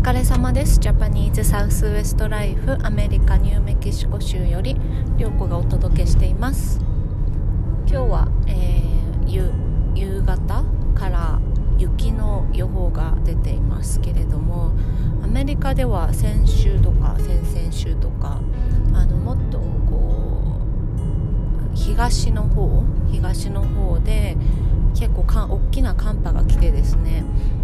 疲れ様です。ジャパニーズサウスウエストライフアメリカニューメキシコ州より涼子がお届けしています。今日は、夕方から雪の予報が出ていますけれども、アメリカでは先週とか先々週とかもっと東の方で結構大きな寒波が来てですね、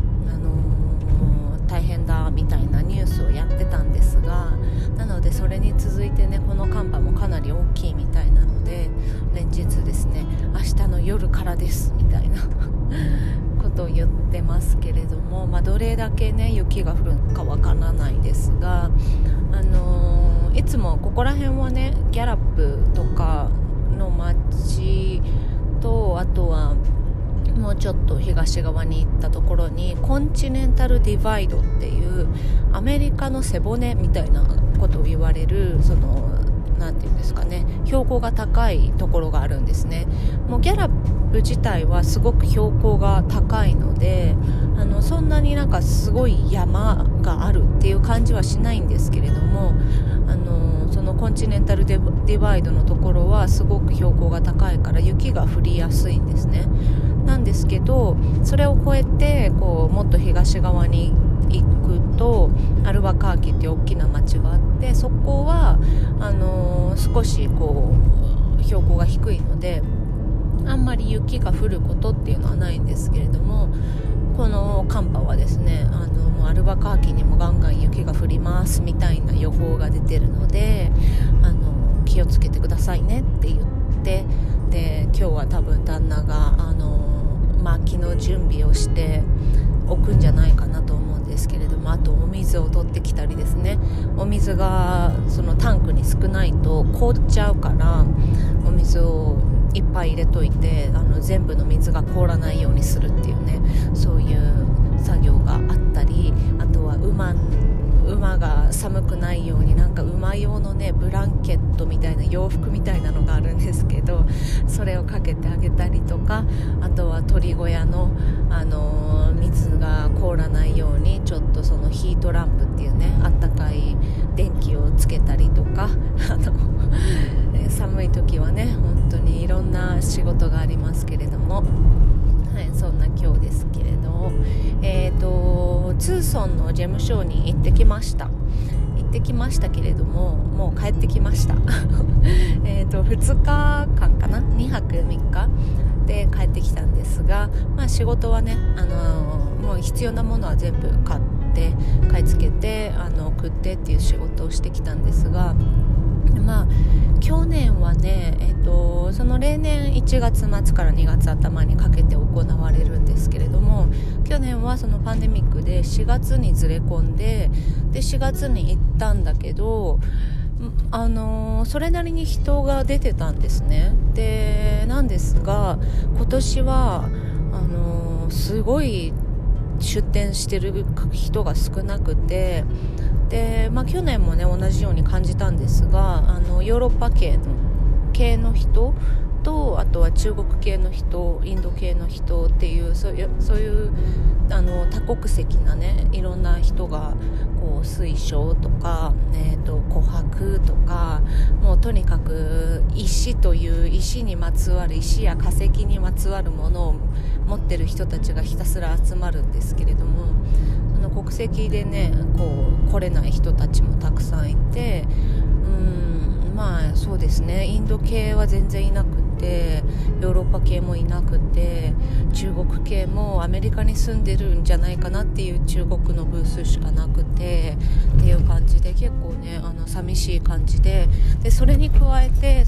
大変だみたいなニュースをやってたんですが、なのでそれに続いてね、この寒波もかなり大きいみたいなので、連日ですね、明日の夜からですみたいなことを言ってますけれども、どれだけね雪が降るかわからないですが、いつもここら辺はね、ギャラップとかの街と、あとはもうちょっと東側に行ったところにコンチネンタルディバイドっていうアメリカの背骨みたいなことを言われる、なんていうんですかね、標高が高いところがあるんですね。もうギャラップ自体はすごく標高が高いので、そんなになんかすごい山があるっていう感じはしないんですけれども、そのコンチネンタルディバイドのところはすごく標高が高いから雪が降りやすいんですね。なんですけど、それを越えてもっと東側に行くとアルバカーキっていう大きな町があって、そこは少し標高が低いのであんまり雪が降ることっていうのはないんですけれども、この寒波はですね、もうアルバカーキにもガンガン雪が降りますみたいな予報が出てるので、気をつけてくださいねって言って、で今日は多分旦那が薪の準備をしておくんじゃないかなと思うんですけれども、あとお水を取ってきたりですね、お水がそのタンクに少ないと凍っちゃうから、お水をいっぱい入れといて全部の水が凍らないようにするっていうね、そういう作業があったり、あとは馬が寒くないようになんか馬用のねブランケットみたいな洋服みたいなのがあるんですけど、それをかけてあげたりとか、あとは鳥小屋の、水が凍らないようにちょっとそのヒートランプっていうね、あったかい電気をつけたりとか寒い時はね本当にいろんな仕事がありますけれども、そんな今日ですけれど、ツーソンの事務所に行ってきましたけれども、もう帰ってきました2日間かな、2泊3日で帰ってきたんですが、仕事はね、もう必要なものは全部買って買い付けて送ってっていう仕事をしてきたんですが、去年はね、その例年1月末から2月頭にかけて行われるんですけれども、去年はそのパンデミックで4月にずれ込んで、4月に行ったんだけど、それなりに人が出てたんですね。なんですが今年はすごい出店してる人が少なくて、去年もね同じように感じたんですが、ヨーロッパ系の人と、あとは中国系の人、インド系の人っていうそういう多国籍なね、いろんな人が水晶とか、琥珀とか、もうとにかく石にまつわる、石や化石にまつわるものを持ってる人たちがひたすら集まるんですけれども、その国籍でね来れない人たちもたくさんいて、そうですね、インド系は全然いなくて、ヨーロッパ系もいなくて、中国系もアメリカに住んでるんじゃないかなっていう中国のブースしかなくてっていう感じで、結構ね寂しい感じで、それに加えて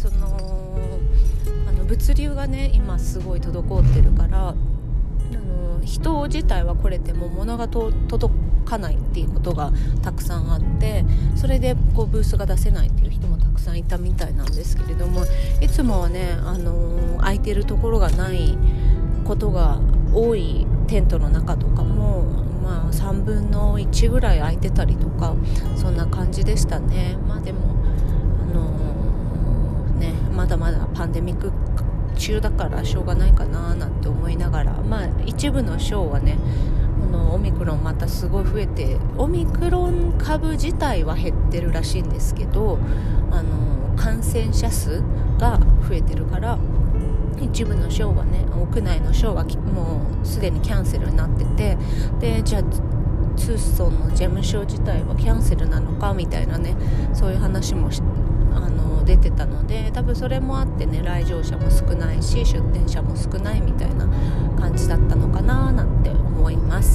物流がね今すごい滞ってるから、人自体は来れても物が届かないっていうことがたくさんあって、それでブースが出せないっていう人もたくさんいたみたいなんですけれども、いつもはね、空いてるところがないことが多いテントの中とかも、3分の1ぐらい空いてたりとか、そんな感じでしたね。でもまだまだパンデミック中だからしょうがないかななんて思いながら、一部のショーはねオミクロンまたすごい増えて、オミクロン株自体は減ってるらしいんですけど、感染者数が増えてるから、一部のショーはね、屋内のショーはもうすでにキャンセルになってて、でじゃあツーソンのジェムショー自体はキャンセルなのかみたいなね、そういう話も出てたので、多分それもあってね、来場者も少ないし出店者も少ないみたいな感じだったのかななんて思います。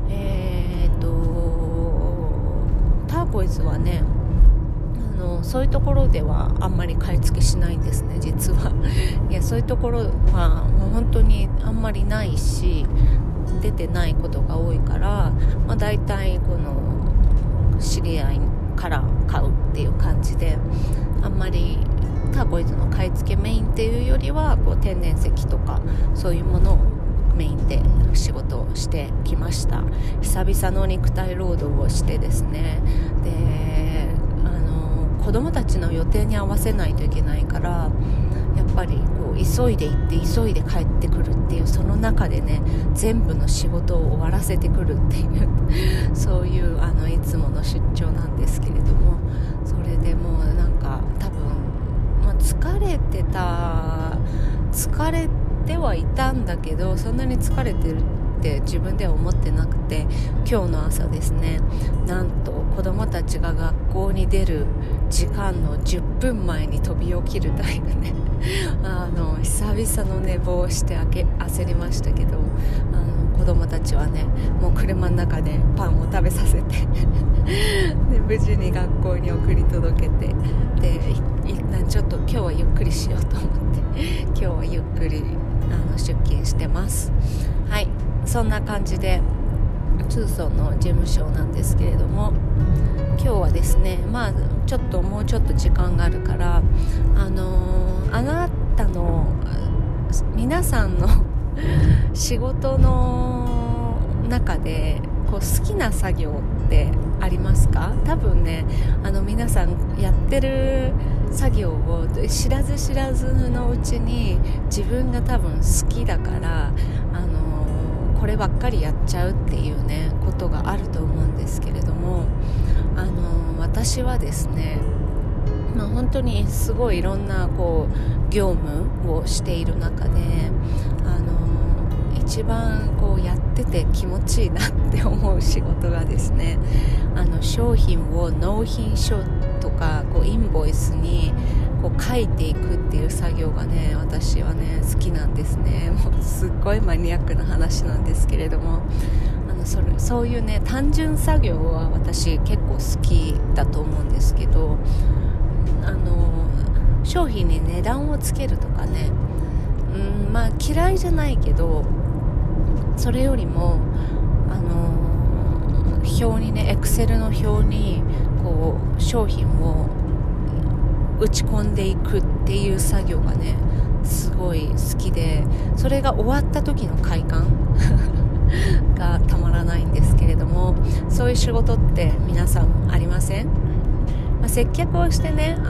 ターコイズはね、そういうところではあんまり買い付けしないんですね、実は。いや、そういうところはもう本当にあんまりないし、出てないことが多いから、だいたいこの知り合いから買うっていう感じで、あんまりターコイズの買い付けメインっていうよりはこう天然石とかそういうものをメインで仕事をしてきました。久々の肉体労働をしてですね、で子供たちの予定に合わせないといけないから、やっぱりこう急いで行って急いで帰ってくるっていう、その中でね全部の仕事を終わらせてくるっていうそういういつもの出張なんですけれども、それでもうなんか多分、疲れてはいたんだけど、そんなに疲れてるって自分では思ってなくて、今日の朝ですね、なんと子供たちが学校に出る時間の10分前に飛び起きるというね久々の寝坊をして焦りましたけど、子供たちはねもう車の中でパンを食べさせてで無事に学校に送り届けて、で一旦ちょっと今日はゆっくりしようと思って今日はゆっくり出勤してます。はい、そんな感じでツーソンの事務所なんですけれども、今日はですね、もうちょっと時間があるから、あなたの皆さんの仕事の中でこう好きな作業ってありますか？多分ね、皆さんやってる作業を知らず知らずのうちに自分が多分好きだからこればっかりやっちゃうっていうねことがあると思うんですけれども、私はですね、本当にすごいいろんなこう業務をしている中で一番こうやってて気持ちいいなって思う仕事がですね、商品を納品書とかこうインボイスにこう書いていくっていう作業がね、私はね好きなんですね。もうすっごいマニアックな話なんですけれども、そういうね単純作業は私結構好きだと思うんですけど、商品に値段をつけるとかね、嫌いじゃないけど、それよりも表にね、エクセルの表にこう商品を打ち込んでいくっていう作業がねすごい好きで、それが終わった時の快感がたまらないんですけれども、そういう仕事って皆さんありません？接客をしてね、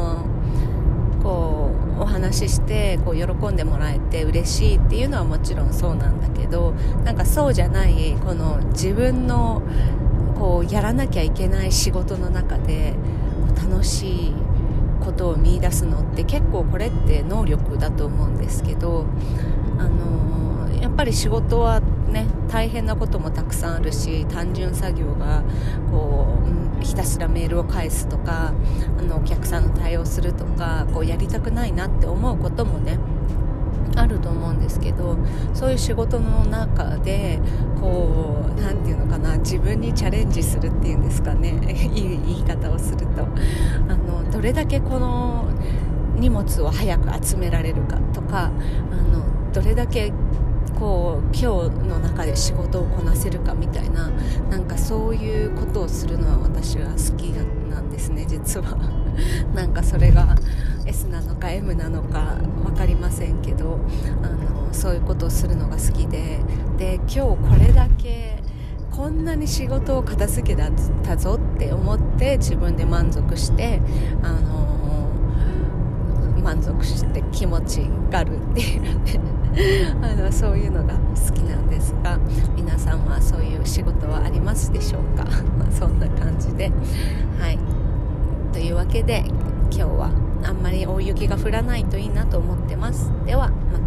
こうお話ししてこう喜んでもらえて嬉しいっていうのはもちろんそうなんだけど、なんかそうじゃないこの自分のこうやらなきゃいけない仕事の中で楽しいことを見出すのって結構これって能力だと思うんですけど、やっぱり仕事はね大変なこともたくさんあるし、単純作業がこうひたすらメールを返すとかお客さんの対応するとかこうやりたくないなって思うこともねあると思うんですけど、そういう仕事の中でこうなんていうのかな、自分にチャレンジするっていうんですかねいい言い方をするとどれだけこの荷物を早く集められるかとかどれだけこう今日の中で仕事をこなせるかみたいな、なんかそういうことをするのは私は好きなんですね、実はなんかそれが S なのか M なのか分かりませんけどそういうことをするのが好きで、今日これだけこんなに仕事を片付けたぞって思って自分で満足して満足して気持ちがるっていうねそういうのが好きなんですが、皆さんはそういう仕事はありますでしょうかそんな感じで、はい、というわけで今日はあんまり大雪が降らないといいなと思ってます。ではまた。